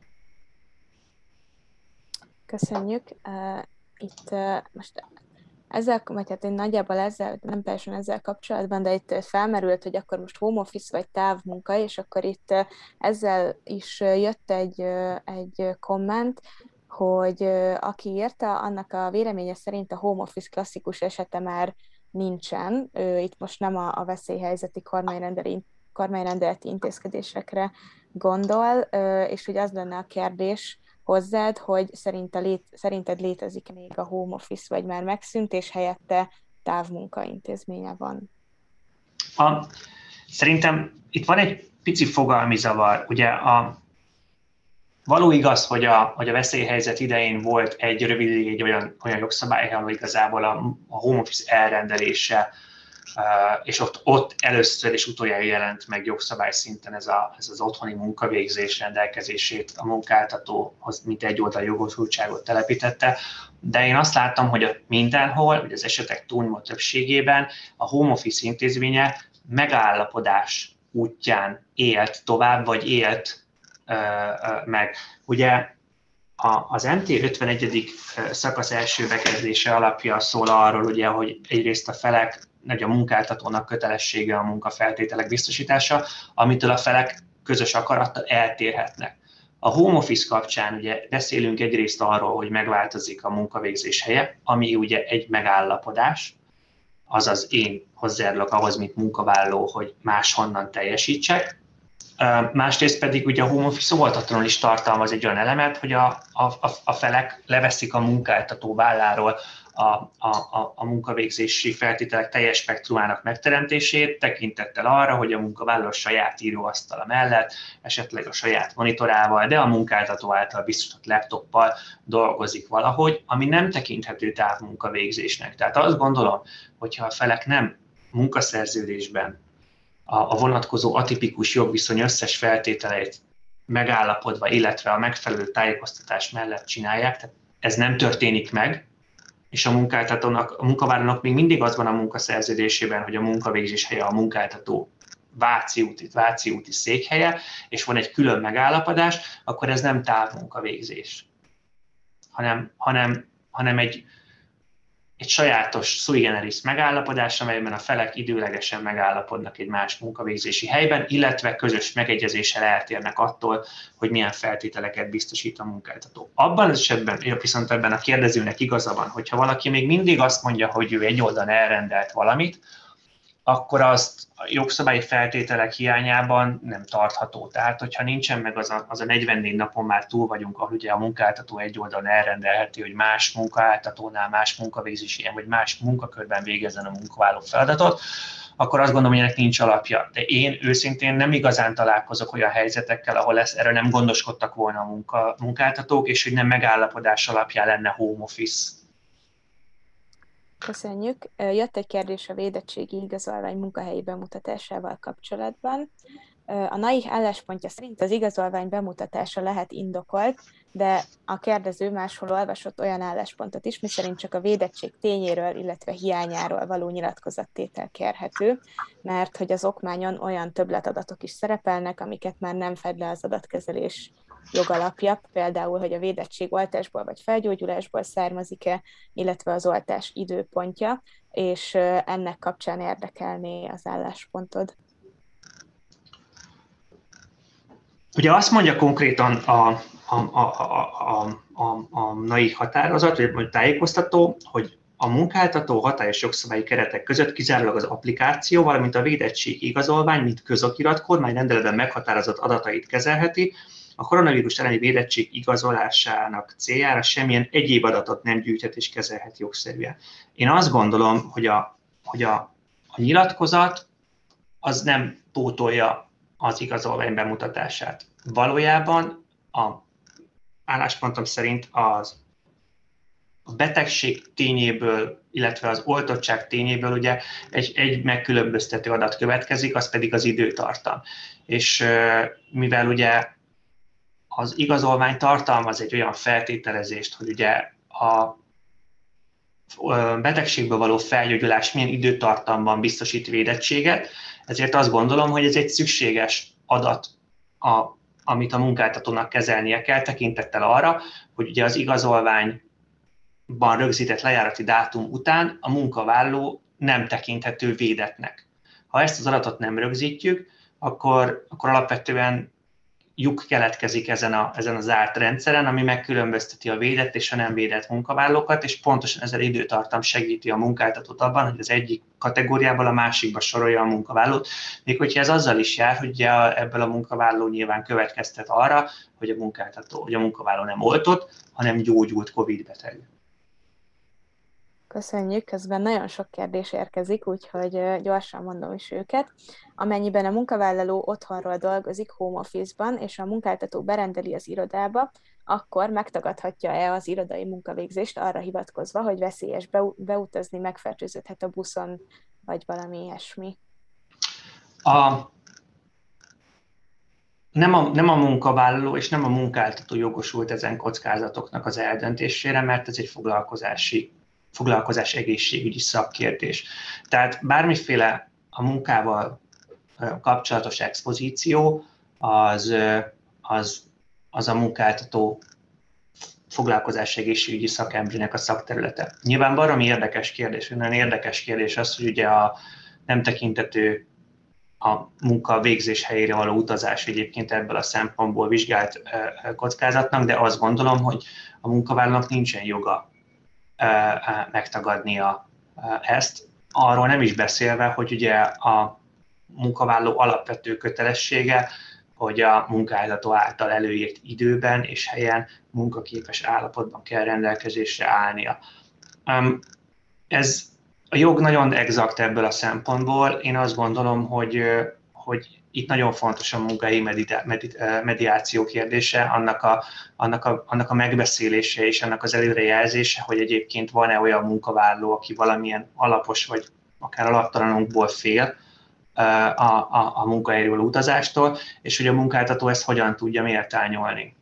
Köszönjük. Itt most ezzel, vagy hát én nagyjából ezzel, nem teljesen ezzel kapcsolatban, de itt felmerült, hogy akkor most home office vagy távmunka, és akkor itt ezzel is jött egy komment, hogy aki írta, annak a véleménye szerint a home office klasszikus esete már nincsen. Itt most nem a veszélyhelyzeti kormányrendeleti intézkedésekre gondol, és hogy az lenne a kérdés hozzád, hogy szerinted létezik még a home office, vagy már megszűnt, és helyette távmunka intézménye van? Szerintem itt van egy pici fogalmi zavar. Ugye való igaz, hogy a veszélyhelyzet idején volt egy rövid ideig egy olyan jogszabály, ahol igazából a home office elrendelése, és ott először és utoljára jelent meg jogszabály szinten ez az otthoni munkavégzés rendelkezését a munkáltatóhoz, mint egyoldalú jogosultságot telepítette. De én azt láttam, hogy mindenhol, vagy az esetek túlnyomó többségében a home office intézménye megállapodás útján élt tovább, vagy élt meg. Ugye az MT 51. szakasz első bekezdése alapja szól arról, ugye, hogy egyrészt a felek, hogy a munkáltatónak kötelessége a munkafeltételek biztosítása, amitől a felek közös akarattal eltérhetnek. A home office kapcsán ugye beszélünk egyrészt arról, hogy megváltozik a munkavégzés helye, ami ugye egy megállapodás, azaz én hozzájárulok ahhoz, mint munkavállaló, hogy máshonnan teljesítsek. Másrészt pedig ugye a home office óvatatlanul is tartalmaz egy olyan elemet, hogy a felek leveszik a munkáltató válláról a munkavégzési feltételek teljes spektrumának megteremtését, tekintettel arra, hogy a munkavállaló saját íróasztala mellett, esetleg a saját monitorával, de a munkáltató által biztosított laptoppal dolgozik valahogy, ami nem tekinthető távmunkavégzésnek. Tehát azt gondolom, hogyha a felek nem munkaszerződésben a vonatkozó atipikus jogviszony összes feltételeit megállapodva, illetve a megfelelő tájékoztatás mellett csinálják, tehát ez nem történik meg, és a munkavállalónak még mindig az van a munkaszerződésében, hogy a munkavégzés helye a munkáltató Váci úti székhelye, és van egy külön megállapodás, akkor ez nem távmunkavégzés, hanem egy sajátos sui generis megállapodás, amelyben a felek időlegesen megállapodnak egy más munkavégzési helyben, illetve közös megegyezéssel eltérnek attól, hogy milyen feltételeket biztosít a munkáltató. Abban az esetben, viszont ebben a kérdezőnek igaza van, hogyha valaki még mindig azt mondja, hogy ő egy oldalon elrendelt valamit, akkor azt a jogszabályi feltételek hiányában nem tartható. Tehát, hogyha nincsen meg az a 44 napon már túl vagyunk, ahol ugye a munkáltató egy oldalon elrendelheti, hogy más munkáltatónál, más munkavégzés ilyen, vagy más munkakörben végezzen a munkavállaló feladatot, akkor azt gondolom, hogy ennek nincs alapja. De én őszintén nem igazán találkozok olyan helyzetekkel, ahol erről nem gondoskodtak volna a munkáltatók, és hogy nem megállapodás alapján lenne home office. Köszönjük. Jött egy kérdés a védettségi igazolvány munkahelyi bemutatásával kapcsolatban. A NAIH álláspontja szerint az igazolvány bemutatása lehet indokolt, de a kérdező máshol olvasott olyan álláspontot is, miszerint csak a védettség tényéről, illetve hiányáról való nyilatkozattétel kérhető, mert hogy az okmányon olyan többletadatok is szerepelnek, amiket már nem fed le az adatkezelés jogalapja, például, hogy a védettség oltásból vagy felgyógyulásból származik-e, illetve az oltás időpontja, és ennek kapcsán érdekelné az álláspontod. Ugye azt mondja konkrétan a NAI határozat, vagy tájékoztató, hogy a munkáltató hatályos jogszabályi keretek között kizárólag az applikáció, valamint a védettség igazolvány, mint közokirat, mely rendeletben meghatározott adatait kezelheti, a koronavírus elleni védettség igazolásának céljára semmilyen egyéb adatot nem gyűjthet és kezelhet jogszerűen. Én azt gondolom, hogy a nyilatkozat az nem pótolja az igazolvány bemutatását. Valójában a álláspontom szerint a betegség tényéből, illetve az oltottság tényéből ugye egy megkülönböztető adat következik, az pedig az időtartam. És mivel ugye az igazolvány tartalmaz egy olyan feltételezést, hogy ugye a betegségből való felgyógyulás milyen időtartamban biztosít védettséget, ezért azt gondolom, hogy ez egy szükséges adat, amit a munkáltatónak kezelnie kell, tekintettel arra, hogy ugye az igazolványban rögzített lejárati dátum után a munkavállaló nem tekinthető védettnek. Ha ezt az adatot nem rögzítjük, akkor alapvetően lyuk keletkezik ezen a zárt rendszeren, ami megkülönbözteti a védett és a nem védett munkavállalókat, és pontosan ez az időtartam segíti a munkáltatót abban, hogy az egyik kategóriából a másikba sorolja a munkavállalót, még hogyha ez azzal is jár, hogy ebből a munkavállaló nyilván következtet arra, hogy a munkavállaló nem oltott, hanem gyógyult COVID-beteg. Köszönjük, közben nagyon sok kérdés érkezik, úgyhogy gyorsan mondom is őket. Amennyiben a munkavállaló otthonról dolgozik home office-ban, és a munkáltató berendeli az irodába, akkor megtagadhatja-e az irodai munkavégzést arra hivatkozva, hogy veszélyes beutazni, megfertőződhet a buszon, vagy valami ilyesmi? Nem a munkavállaló és nem a munkáltató jogosult ezen kockázatoknak az eldöntésére, mert ez egy foglalkozás egészségügyi szakkérdés. Tehát bármiféle a munkával kapcsolatos expozíció az a munkáltató foglalkozás egészségügyi szakemberének a szakterülete. Nyilván baromi érdekes kérdés, nagyon érdekes kérdés az, hogy ugye nem tekintető a munka végzés helyére való utazás egyébként ebből a szempontból vizsgált kockázatnak, de azt gondolom, hogy a munkavállalónak nincsen joga megtagadnia ezt. Arról nem is beszélve, hogy ugye a munkavállaló alapvető kötelessége, hogy a munkáltató által előírt időben és helyen munkaképes állapotban kell rendelkezésre állnia. Ez a jog nagyon exakt ebből a szempontból. Én azt gondolom, hogy itt nagyon fontos a munkahelyi mediáció kérdése, annak a megbeszélése és annak az előrejelzése, hogy egyébként van-e olyan munkavállaló, aki valamilyen alapos vagy akár alaptalanokból fél a munkahelyről utazástól, és hogy a munkáltató ezt hogyan tudja méltányolni.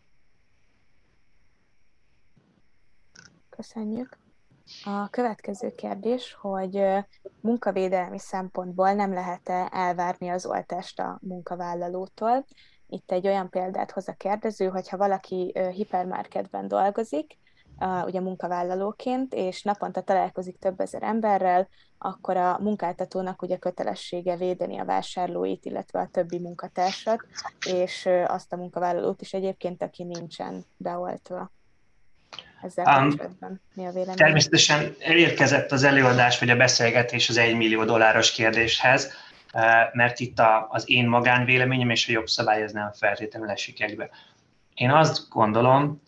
Köszönjük. A következő kérdés, hogy munkavédelmi szempontból nem lehet-e elvárni az oltást a munkavállalótól. Itt egy olyan példát hoz a kérdező, hogyha valaki hipermarketben dolgozik, ugye munkavállalóként, és naponta találkozik több ezer emberrel, akkor a munkáltatónak ugye kötelessége védeni a vásárlóit, illetve a többi munkatársat, és azt a munkavállalót is egyébként, aki nincsen beoltva. ezzel kapcsolatban mi a véleményed? Természetesen elérkezett az előadás vagy a beszélgetés az 1 millió dolláros kérdéshez, mert itt az én magánvéleményem és a jogszabály ez nem feltétlenül esik egybe. Én azt gondolom,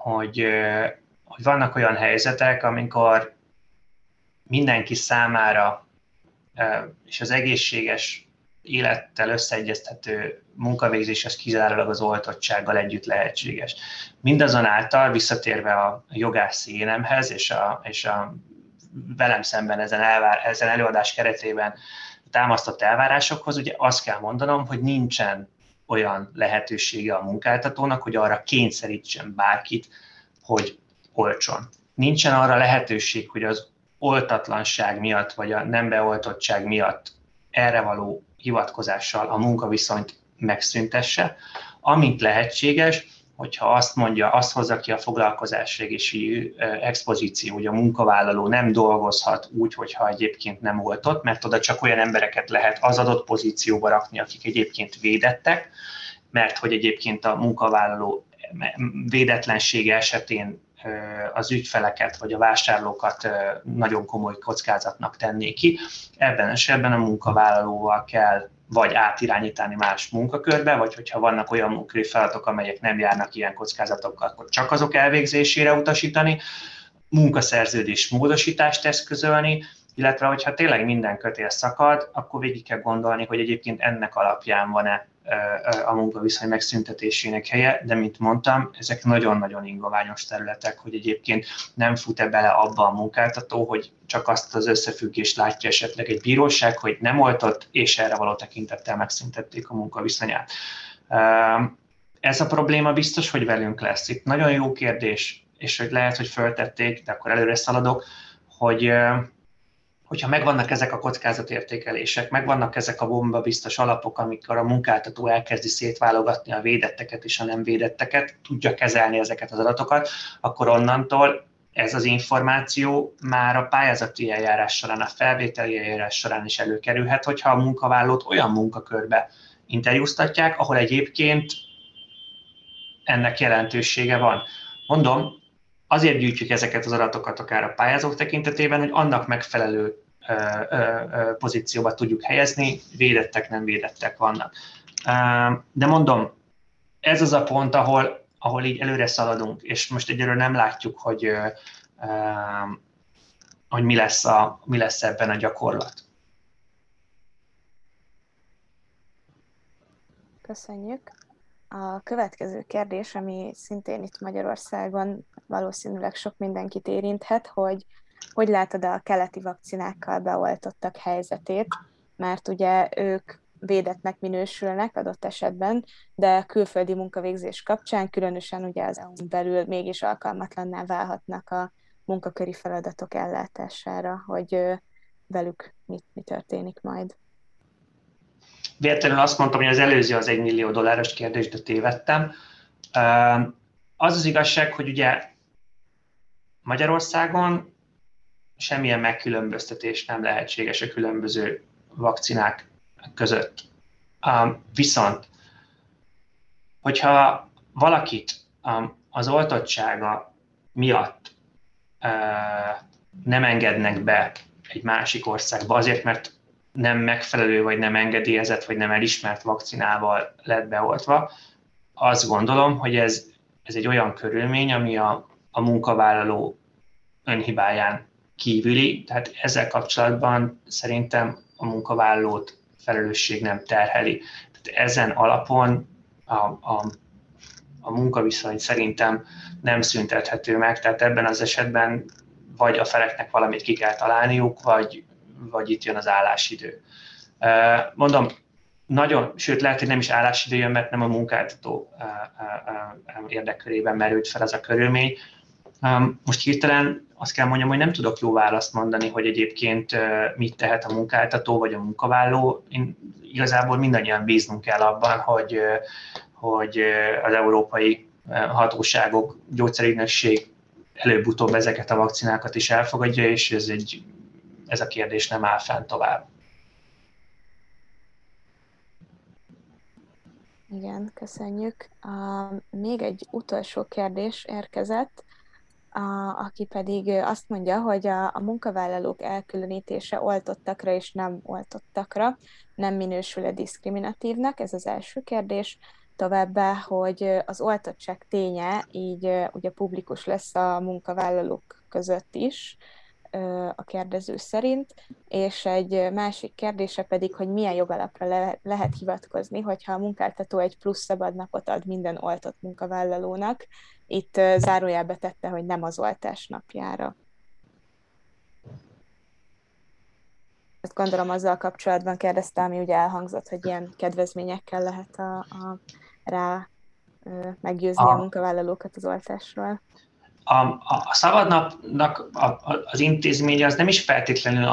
hogy vannak olyan helyzetek, amikor mindenki számára és az egészséges élettel összeegyeztethető munkavégzés az kizárólag az oltottsággal együtt lehetséges. Mindazonáltal visszatérve a jogászi énemhez és a velem szemben ezen előadás keretében támasztott elvárásokhoz, ugye azt kell mondanom, hogy nincsen olyan lehetősége a munkáltatónak, hogy arra kényszerítsen bárkit, hogy oltson. Nincsen arra lehetőség, hogy az oltatlanság miatt, vagy a nem beoltottság miatt erre való hivatkozással a munkaviszonyt megszüntesse. Amint lehetséges, hogyha azt hozza ki a foglalkozásrégési expozíció, hogy a munkavállaló nem dolgozhat úgy, hogyha egyébként nem oltott, mert oda csak olyan embereket lehet az adott pozícióba rakni, akik egyébként védettek, mert hogy egyébként a munkavállaló védetlensége esetén az ügyfeleket vagy a vásárlókat nagyon komoly kockázatnak tenné ki. Ebben esetben a munkavállalóval kell vagy átirányítani más munkakörbe, vagy hogyha vannak olyan munkaköri feladatok, amelyek nem járnak ilyen kockázatokkal, akkor csak azok elvégzésére utasítani, munkaszerződés módosítást eszközölni, illetve hogyha tényleg minden kötél szakad, akkor végig kell gondolni, hogy egyébként ennek alapján van-e a munkaviszony megszüntetésének helye, de mint mondtam, ezek nagyon-nagyon ingoványos területek, hogy egyébként nem fut-e bele abba a munkáltató, hogy csak azt az összefüggést látja esetleg egy bíróság, hogy nem oltott, és erre való tekintettel megszüntették a munkaviszonyát. Ez a probléma biztos, hogy velünk lesz. Itt nagyon jó kérdés, és hogy lehet, hogy föltették, de akkor előre szaladok, hogyha megvannak ezek a kockázatértékelések, megvannak ezek a bombabiztos alapok, amikor a munkáltató elkezdi szétválogatni a védetteket és a nem védetteket, tudja kezelni ezeket az adatokat, akkor onnantól ez az információ már a pályázati eljárás során, a felvételi eljárás során is előkerülhet, hogyha a munkavállalót olyan munkakörbe interjúztatják, ahol egyébként ennek jelentősége van. Mondom, azért gyűjtjük ezeket az adatokat akár a pályázók tekintetében, hogy annak megfelelő pozícióba tudjuk helyezni, védettek, nem védettek vannak. De mondom, ez az a pont, ahol így előre szaladunk, és most egyelőre nem látjuk, hogy mi lesz ebben a gyakorlat. Köszönjük. A következő kérdés, ami szintén itt Magyarországon valószínűleg sok mindenkit érinthet, hogy látod a keleti vakcinákkal beoltottak helyzetét, mert ugye ők védettnek minősülnek adott esetben, de külföldi munkavégzés kapcsán, különösen ugye az EU-n belül mégis alkalmatlanná válhatnak a munkaköri feladatok ellátására, hogy velük mi történik majd. Véletlenül azt mondtam, hogy az előző az 1 millió dolláros kérdés, de tévedtem. Az az igazság, hogy ugye Magyarországon semmilyen megkülönböztetés nem lehetséges a különböző vakcinák között. Viszont, hogyha valakit az oltottsága miatt nem engednek be egy másik országba, azért, mert nem megfelelő, vagy nem engedélyezett, vagy nem elismert vakcinával lett beoltva, azt gondolom, hogy ez egy olyan körülmény, ami a munkavállaló önhibáján kívüli, tehát ezzel kapcsolatban szerintem a munkavállalót felelősség nem terheli. Tehát ezen alapon a munkaviszony szerintem nem szüntethető meg, tehát ebben az esetben vagy a feleknek valamit ki kell találniuk, vagy itt jön az állásidő. Mondom, sőt lehet, hogy nem is állásidő jön, mert nem a munkáltató érdekkörében merült fel ez a körülmény. Most hirtelen azt kell mondjam, hogy nem tudok jó választ mondani, hogy egyébként mit tehet a munkáltató vagy a munkavállaló. Igazából mindannyian bíznunk kell abban, hogy az európai hatóságok, gyógyszerügynökség előbb-utóbb ezeket a vakcinákat is elfogadja, és ez a kérdés nem áll fenn tovább. Igen, köszönjük. Még egy utolsó kérdés érkezett. aki pedig azt mondja, hogy a munkavállalók elkülönítése oltottakra és nem oltottakra nem minősül-e diszkriminatívnak, ez az első kérdés. Továbbá, hogy az oltottság ténye így ugye publikus lesz a munkavállalók között is, a kérdező szerint, és egy másik kérdése pedig, hogy milyen jogalapra lehet hivatkozni, hogyha a munkáltató egy plusz szabadnapot ad minden oltott munkavállalónak. Itt zárójelbe tette, hogy nem az oltás napjára. Ezt gondolom azzal kapcsolatban kérdezte, ami ugye elhangzott, hogy ilyen kedvezményekkel lehet rá meggyőzni a munkavállalókat az oltásról. A szabadnapnak az intézménye az nem is feltétlenül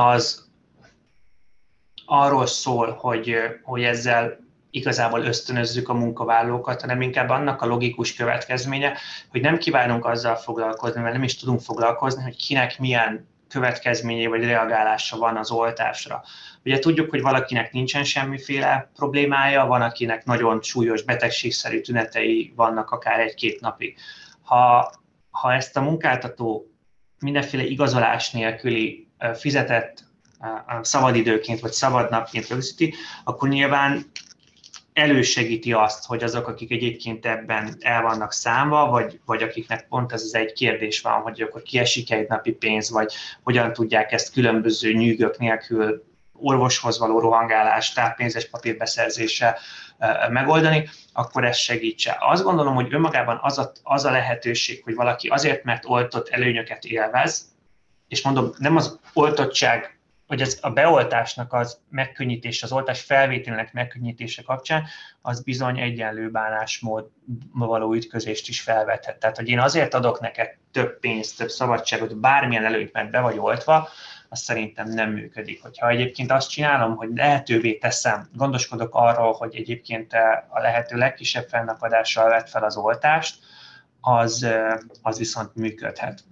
arról szól, hogy ezzel igazából ösztönözzük a munkavállalókat, hanem inkább annak a logikus következménye, hogy nem kívánunk azzal foglalkozni, mert nem is tudunk foglalkozni, hogy kinek milyen következményei vagy reagálása van az oltásra. Ugye tudjuk, hogy valakinek nincsen semmiféle problémája, van, akinek nagyon súlyos betegségszerű tünetei vannak akár 1-2 napig. Ha ezt a munkáltató mindenféle igazolás nélküli fizetett szabadidőként vagy szabadnapként rögzíti, akkor nyilván elősegíti azt, hogy azok, akik egyébként ebben el vannak számva, vagy akiknek pont ez az egy kérdés van, hogy akkor kiesik egy napi pénz, vagy hogyan tudják ezt különböző nyűgök nélkül orvoshoz való rohangálás, táppénzes papírbeszerzése megoldani, akkor ez segítse. Azt gondolom, hogy önmagában az a lehetőség, hogy valaki azért, mert oltott előnyöket élvez, és mondom, nem az oltottság, hogy ez a beoltásnak az megkönnyítése, az oltás felvételének megkönnyítése kapcsán, az bizony egyenlő bánásmód való ütközést is felvethet. Tehát, hogy én azért adok neked több pénzt, több szabadságot, bármilyen előnyt, mert be vagy oltva, az szerintem nem működik. Hogyha egyébként azt csinálom, hogy lehetővé teszem, gondoskodok arról, hogy egyébként a lehető legkisebb fennakadással vett fel az oltást, az viszont működhet.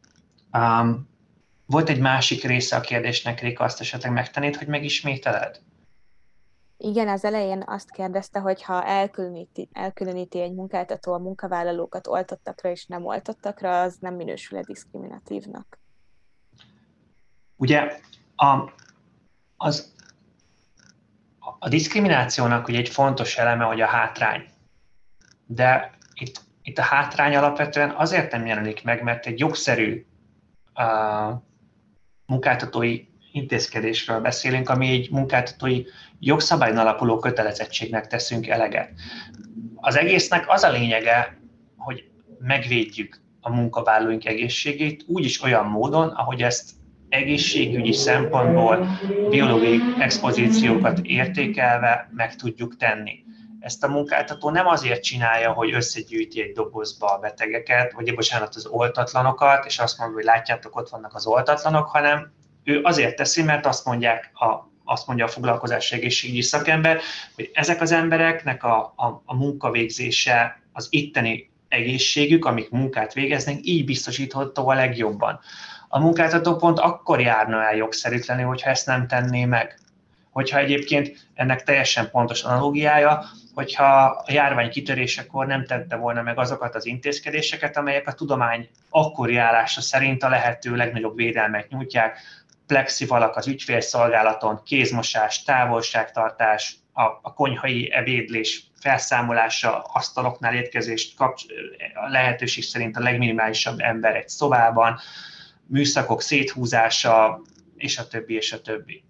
Volt egy másik része a kérdésnek, Réka, azt esetleg megtennéd, hogy megismételed? Igen, az elején azt kérdezte, hogy ha elkülöníti egy munkáltató a munkavállalókat oltottakra és nem oltottakra, az nem minősül-e diszkriminatívnak? Ugye a diszkriminációnak ugye egy fontos eleme, hogy a hátrány. De itt a hátrány alapvetően azért nem jelenik meg, mert egy jogszerű munkáltatói intézkedésről beszélünk, ami egy munkáltatói jogszabályon alapuló kötelezettségnek teszünk eleget. Az egésznek az a lényege, hogy megvédjük a munkavállalóink egészségét úgyis olyan módon, ahogy ezt egészségügyi szempontból biológiai expozíciókat értékelve meg tudjuk tenni. Ezt a munkáltató nem azért csinálja, hogy összegyűjti egy dobozba a betegeket, vagy bocsánat, az oltatlanokat, és azt mondja, hogy látjátok, ott vannak az oltatlanok, hanem ő azért teszi, mert azt mondja a foglalkozási egészségügyi szakember, hogy ezek az embereknek a munkavégzése, az itteni egészségük, amik munkát végeznek, így biztosítható a legjobban. A munkáltató pont akkor járna el jogszerűtlenül, hogyha ezt nem tenné meg. Hogyha egyébként ennek teljesen pontos analógiája, hogyha a járvány kitörésekor nem tette volna meg azokat az intézkedéseket, amelyek a tudomány akkori állása szerint a lehető legnagyobb védelmet nyújtják, plexifalak az ügyfélszolgálaton, kézmosás, távolságtartás, a konyhai ebédlés felszámolása, asztaloknál étkezést, a lehetőség szerint a legminimálisabb ember egy szobában, műszakok széthúzása, és a többi, és a többi.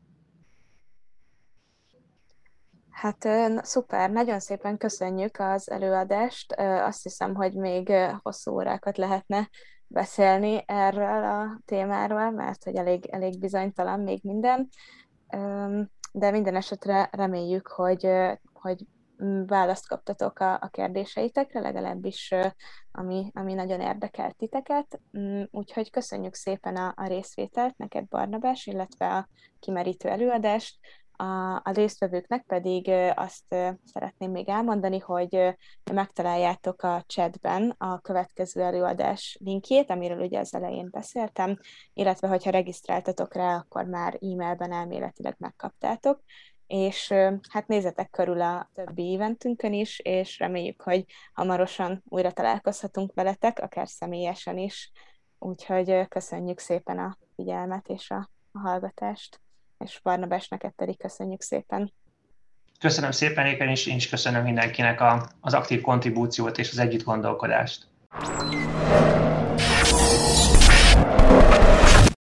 Hát szuper, nagyon szépen köszönjük az előadást. Azt hiszem, hogy még hosszú órákat lehetne beszélni erről a témáról, mert hogy elég bizonytalan még minden. De minden esetre reméljük, hogy választ kaptatok a kérdéseitekre, legalábbis ami nagyon érdekelt titeket. Úgyhogy köszönjük szépen a részvételt neked, Barnabás, illetve a kimerítő előadást. A résztvevőknek pedig azt szeretném még elmondani, hogy megtaláljátok a chatben a következő előadás linkjét, amiről ugye az elején beszéltem, illetve hogyha regisztráltatok rá, akkor már e-mailben elméletileg megkaptátok. és hát nézzetek körül a többi eventünkön is, és reméljük, hogy hamarosan újra találkozhatunk veletek, akár személyesen is. Úgyhogy köszönjük szépen a figyelmet és a hallgatást, és Barnabás, neked pedig köszönjük szépen. Köszönöm szépen, én is köszönöm mindenkinek az aktív kontribúciót és az együttgondolkodást.